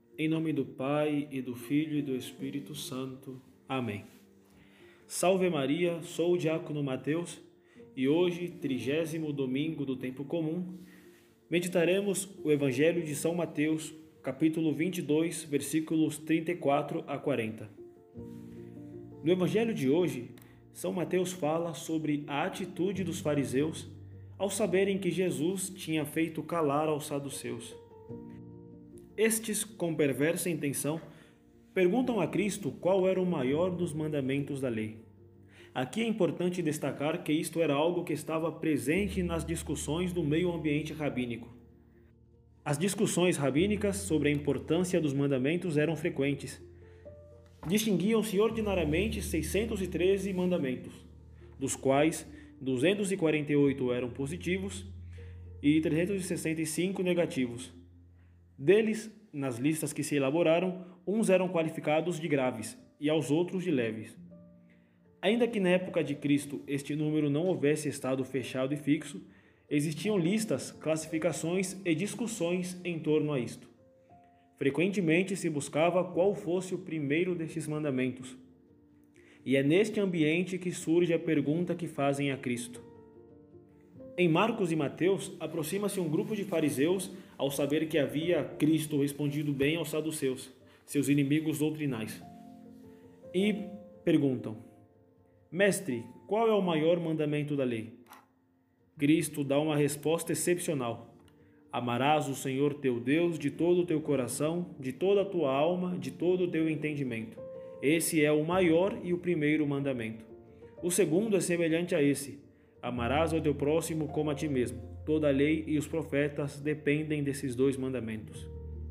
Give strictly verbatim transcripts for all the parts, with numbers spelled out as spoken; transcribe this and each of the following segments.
Em nome do Pai, e do Filho, e do Espírito Santo. Amém. Salve Maria, sou o diácono Mateus, e hoje, trigésimo domingo do tempo comum, meditaremos o Evangelho de São Mateus, capítulo vinte e dois, versículos trinta e quatro a quarenta. No Evangelho de hoje, São Mateus fala sobre a atitude dos fariseus ao saberem que Jesus tinha feito calar aos saduceus. Estes, com perversa intenção, perguntam a Cristo qual era o maior dos mandamentos da lei. Aqui é importante destacar que isto era algo que estava presente nas discussões do meio ambiente rabínico. As discussões rabínicas sobre a importância dos mandamentos eram frequentes. Distinguiam-se ordinariamente seiscentos e treze mandamentos, dos quais duzentos e quarenta e oito eram positivos e trezentos e sessenta e cinco negativos. Deles, nas listas que se elaboraram, uns eram qualificados de graves e aos outros de leves. Ainda que na época de Cristo este número não houvesse estado fechado e fixo, existiam listas, classificações e discussões em torno a isto. Frequentemente se buscava qual fosse o primeiro destes mandamentos. E é neste ambiente que surge a pergunta que fazem a Cristo. Em Marcos e Mateus, aproxima-se um grupo de fariseus ao saber que havia Cristo respondido bem aos saduceus, seus inimigos doutrinais. E perguntam: Mestre, qual é o maior mandamento da lei? Cristo dá uma resposta excepcional. Amarás o Senhor teu Deus de todo o teu coração, de toda a tua alma, de todo o teu entendimento. Esse é o maior e o primeiro mandamento. O segundo é semelhante a esse: amarás ao teu próximo como a ti mesmo. Toda a lei e os profetas dependem desses dois mandamentos.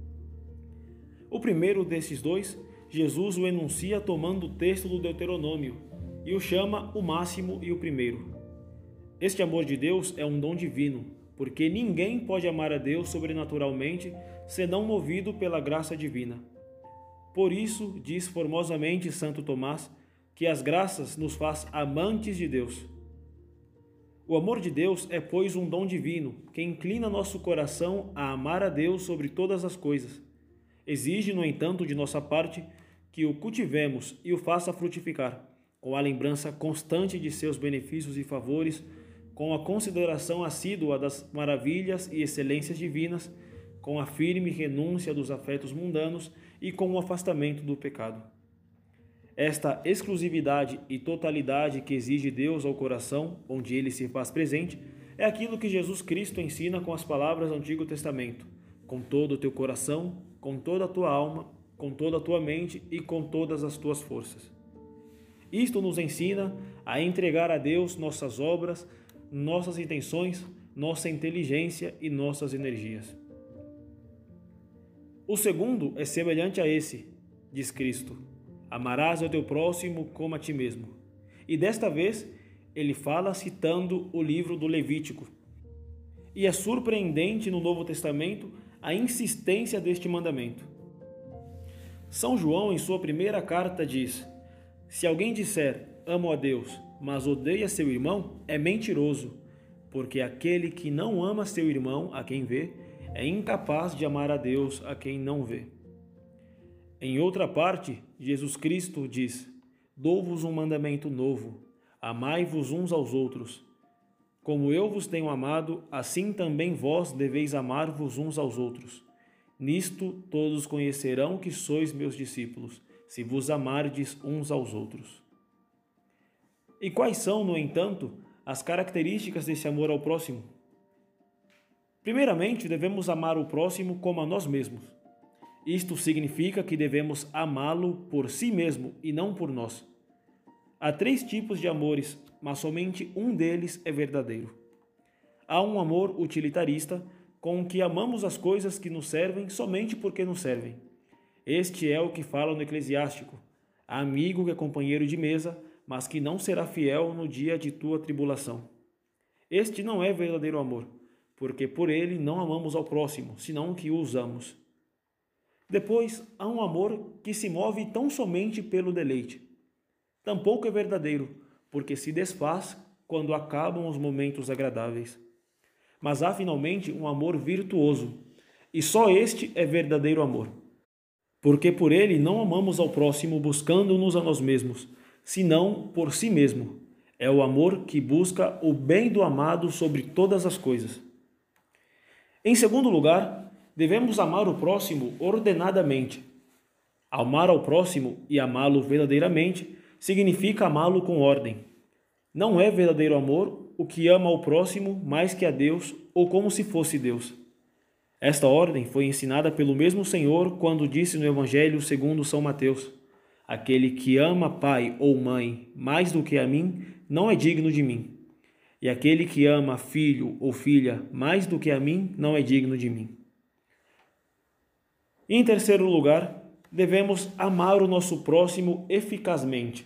O primeiro desses dois, Jesus o enuncia tomando o texto do Deuteronômio e o chama o máximo e o primeiro. Este amor de Deus é um dom divino, porque ninguém pode amar a Deus sobrenaturalmente senão movido pela graça divina. Por isso, diz formosamente Santo Tomás, que as graças nos faz amantes de Deus. O amor de Deus é, pois, um dom divino, que inclina nosso coração a amar a Deus sobre todas as coisas. Exige, no entanto, de nossa parte, que o cultivemos e o faça frutificar, com a lembrança constante de seus benefícios e favores, com a consideração assídua das maravilhas e excelências divinas, com a firme renúncia dos afetos mundanos e com o afastamento do pecado. Esta exclusividade e totalidade que exige Deus ao coração, onde ele se faz presente, é aquilo que Jesus Cristo ensina com as palavras do Antigo Testamento: com todo o teu coração, com toda a tua alma, com toda a tua mente e com todas as tuas forças. Isto nos ensina a entregar a Deus nossas obras, nossas intenções, nossa inteligência e nossas energias. O segundo é semelhante a esse, diz Cristo: amarás ao teu próximo como a ti mesmo. E desta vez ele fala citando o livro do Levítico. E é surpreendente no Novo Testamento a insistência deste mandamento. São João, em sua primeira carta, diz: se alguém disser amo a Deus, mas odeia seu irmão, é mentiroso, porque aquele que não ama seu irmão, a quem vê, é incapaz de amar a Deus, a quem não vê. Em outra parte, Jesus Cristo diz: dou-vos um mandamento novo, amai-vos uns aos outros. Como eu vos tenho amado, assim também vós deveis amar-vos uns aos outros. Nisto todos conhecerão que sois meus discípulos, se vos amardes uns aos outros. E quais são, no entanto, as características desse amor ao próximo? Primeiramente, devemos amar o próximo como a nós mesmos. Isto significa que devemos amá-lo por si mesmo e não por nós. Há três tipos de amores, mas somente um deles é verdadeiro. Há um amor utilitarista, com o que amamos as coisas que nos servem somente porque nos servem. Este é o que fala no Eclesiástico: amigo que é companheiro de mesa, mas que não será fiel no dia de tua tribulação. Este não é verdadeiro amor, porque por ele não amamos ao próximo, senão que o usamos. Depois, há um amor que se move tão somente pelo deleite. Tampouco é verdadeiro, porque se desfaz quando acabam os momentos agradáveis. Mas há finalmente um amor virtuoso, e só este é verdadeiro amor. Porque por ele não amamos ao próximo buscando-nos a nós mesmos, senão por si mesmo. É o amor que busca o bem do amado sobre todas as coisas. Em segundo lugar, devemos amar o próximo ordenadamente. Amar ao próximo e amá-lo verdadeiramente significa amá-lo com ordem. Não é verdadeiro amor o que ama ao próximo mais que a Deus ou como se fosse Deus. Esta ordem foi ensinada pelo mesmo Senhor quando disse no Evangelho segundo São Mateus: aquele que ama pai ou mãe mais do que a mim não é digno de mim. E aquele que ama filho ou filha mais do que a mim não é digno de mim. Em terceiro lugar, devemos amar o nosso próximo eficazmente.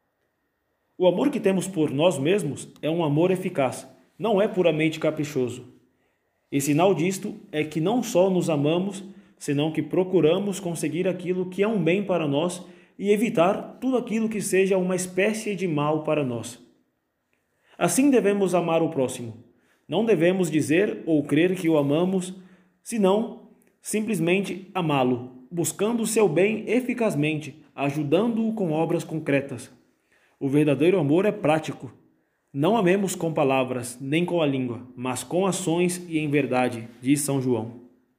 O amor que temos por nós mesmos é um amor eficaz, não é puramente caprichoso. E sinal disto é que não só nos amamos, senão que procuramos conseguir aquilo que é um bem para nós e evitar tudo aquilo que seja uma espécie de mal para nós. Assim devemos amar o próximo. Não devemos dizer ou crer que o amamos, senão simplesmente amá-lo, buscando o seu bem eficazmente, ajudando-o com obras concretas. O verdadeiro amor é prático. Não amemos com palavras, nem com a língua, mas com ações e em verdade, diz São João.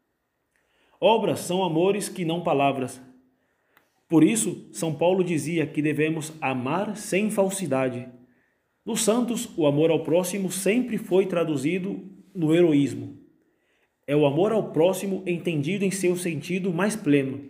Obras são amores que não palavras. Por isso, São Paulo dizia que devemos amar sem falsidade. Nos santos, o amor ao próximo sempre foi traduzido no heroísmo. É o amor ao próximo entendido em seu sentido mais pleno.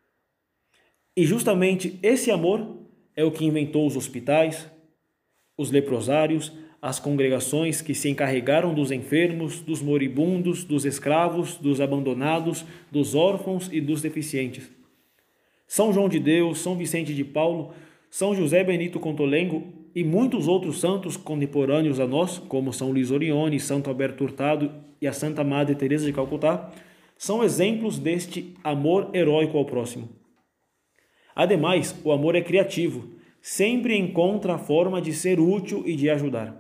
E justamente esse amor é o que inventou os hospitais, os leprosários, as congregações que se encarregaram dos enfermos, dos moribundos, dos escravos, dos abandonados, dos órfãos e dos deficientes. São João de Deus, São Vicente de Paulo, São José Benito Contolengo e muitos outros santos contemporâneos a nós, como São Luís Orione, Santo Alberto Hurtado e a Santa Madre Teresa de Calcutá, são exemplos deste amor heróico ao próximo. Ademais, o amor é criativo, sempre encontra a forma de ser útil e de ajudar.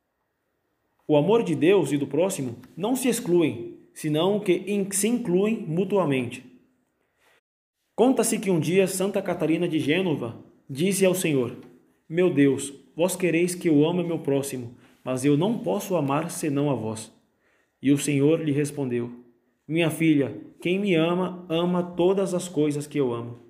O amor de Deus e do próximo não se excluem, senão que se incluem mutuamente. Conta-se que um dia Santa Catarina de Gênova disse ao Senhor: meu Deus, vós quereis que eu ame meu próximo, mas eu não posso amar senão a vós. E o Senhor lhe respondeu: minha filha, quem me ama, ama todas as coisas que eu amo.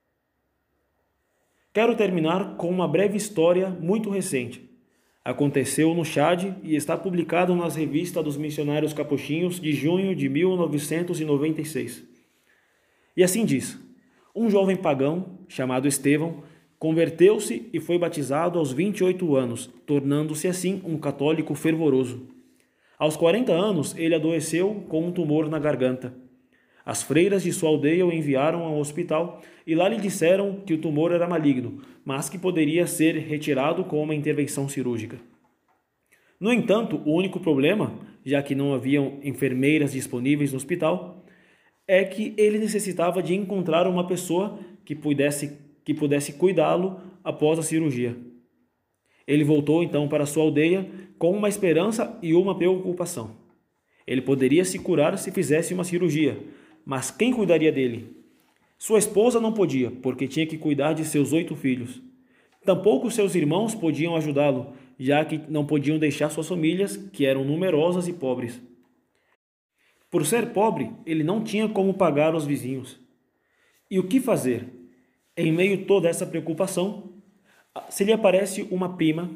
Quero terminar com uma breve história muito recente. Aconteceu no Chad e está publicado nas revistas dos Missionários Capuchinhos de junho de mil novecentos e noventa e seis. E assim diz: um jovem pagão, chamado Estevão, converteu-se e foi batizado aos vinte e oito anos, tornando-se assim um católico fervoroso. Aos quarenta anos, ele adoeceu com um tumor na garganta. As freiras de sua aldeia o enviaram ao hospital e lá lhe disseram que o tumor era maligno, mas que poderia ser retirado com uma intervenção cirúrgica. No entanto, o único problema, já que não haviam enfermeiras disponíveis no hospital, é que ele necessitava de encontrar uma pessoa que pudesse, que pudesse cuidá-lo após a cirurgia. Ele voltou então para sua aldeia com uma esperança e uma preocupação. Ele poderia se curar se fizesse uma cirurgia, mas quem cuidaria dele? Sua esposa não podia, porque tinha que cuidar de seus oito filhos. Tampouco seus irmãos podiam ajudá-lo, já que não podiam deixar suas famílias, que eram numerosas e pobres. Por ser pobre, ele não tinha como pagar os vizinhos. E o que fazer? Em meio a toda essa preocupação, se lhe aparece uma prima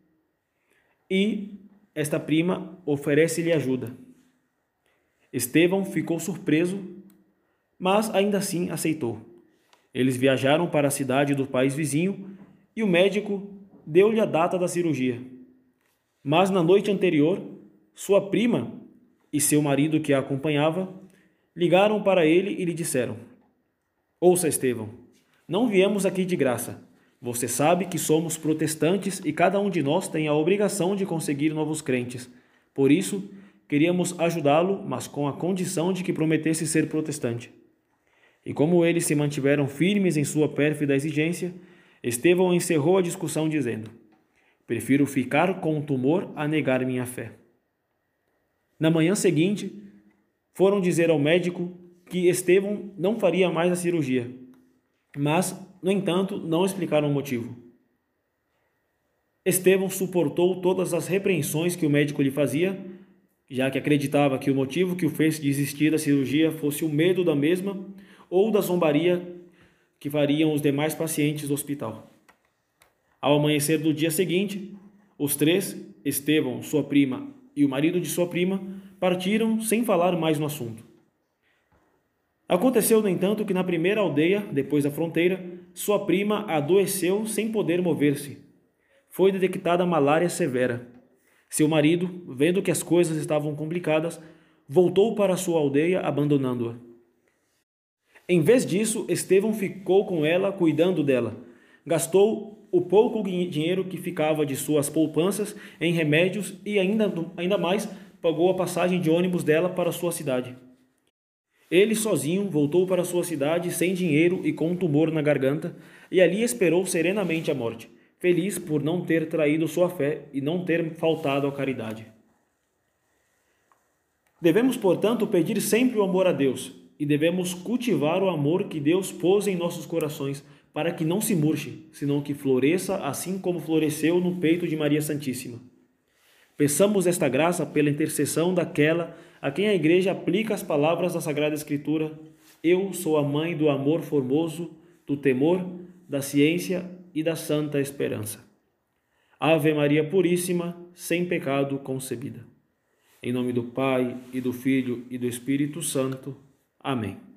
e esta prima oferece-lhe ajuda. Estevão ficou surpreso, mas ainda assim aceitou. Eles viajaram para a cidade do país vizinho e o médico deu-lhe a data da cirurgia. Mas na noite anterior, sua prima e seu marido que a acompanhava ligaram para ele e lhe disseram: ouça, Estevão, não viemos aqui de graça. Você sabe que somos protestantes e cada um de nós tem a obrigação de conseguir novos crentes. Por isso, queríamos ajudá-lo, mas com a condição de que prometesse ser protestante. E como eles se mantiveram firmes em sua pérfida exigência, Estevão encerrou a discussão dizendo: prefiro ficar com o tumor a negar minha fé. Na manhã seguinte, foram dizer ao médico que Estevão não faria mais a cirurgia, mas, no entanto, não explicaram o motivo. Estevão suportou todas as repreensões que o médico lhe fazia, já que acreditava que o motivo que o fez desistir da cirurgia fosse o medo da mesma ou da zombaria que fariam os demais pacientes do hospital. Ao amanhecer do dia seguinte, os três, Estevão, sua prima e o marido de sua prima, partiram sem falar mais no assunto. Aconteceu, no entanto, que na primeira aldeia, depois da fronteira, sua prima adoeceu sem poder mover-se. Foi detectada malária severa. Seu marido, vendo que as coisas estavam complicadas, voltou para sua aldeia, abandonando-a. Em vez disso, Estevão ficou com ela, cuidando dela. Gastou o pouco dinheiro que ficava de suas poupanças em remédios e ainda, ainda mais pagou a passagem de ônibus dela para sua cidade. Ele sozinho voltou para sua cidade sem dinheiro e com um tumor na garganta, e ali esperou serenamente a morte, feliz por não ter traído sua fé e não ter faltado à caridade. Devemos, portanto, pedir sempre o amor a Deus, e devemos cultivar o amor que Deus pôs em nossos corações, para que não se murche, senão que floresça assim como floresceu no peito de Maria Santíssima. Peçamos esta graça pela intercessão daquela a quem a Igreja aplica as palavras da Sagrada Escritura: Eu sou a mãe do amor formoso, do temor, da ciência e da santa esperança. Ave Maria Puríssima, sem pecado concebida. Em nome do Pai, e do Filho, e do Espírito Santo. Amém.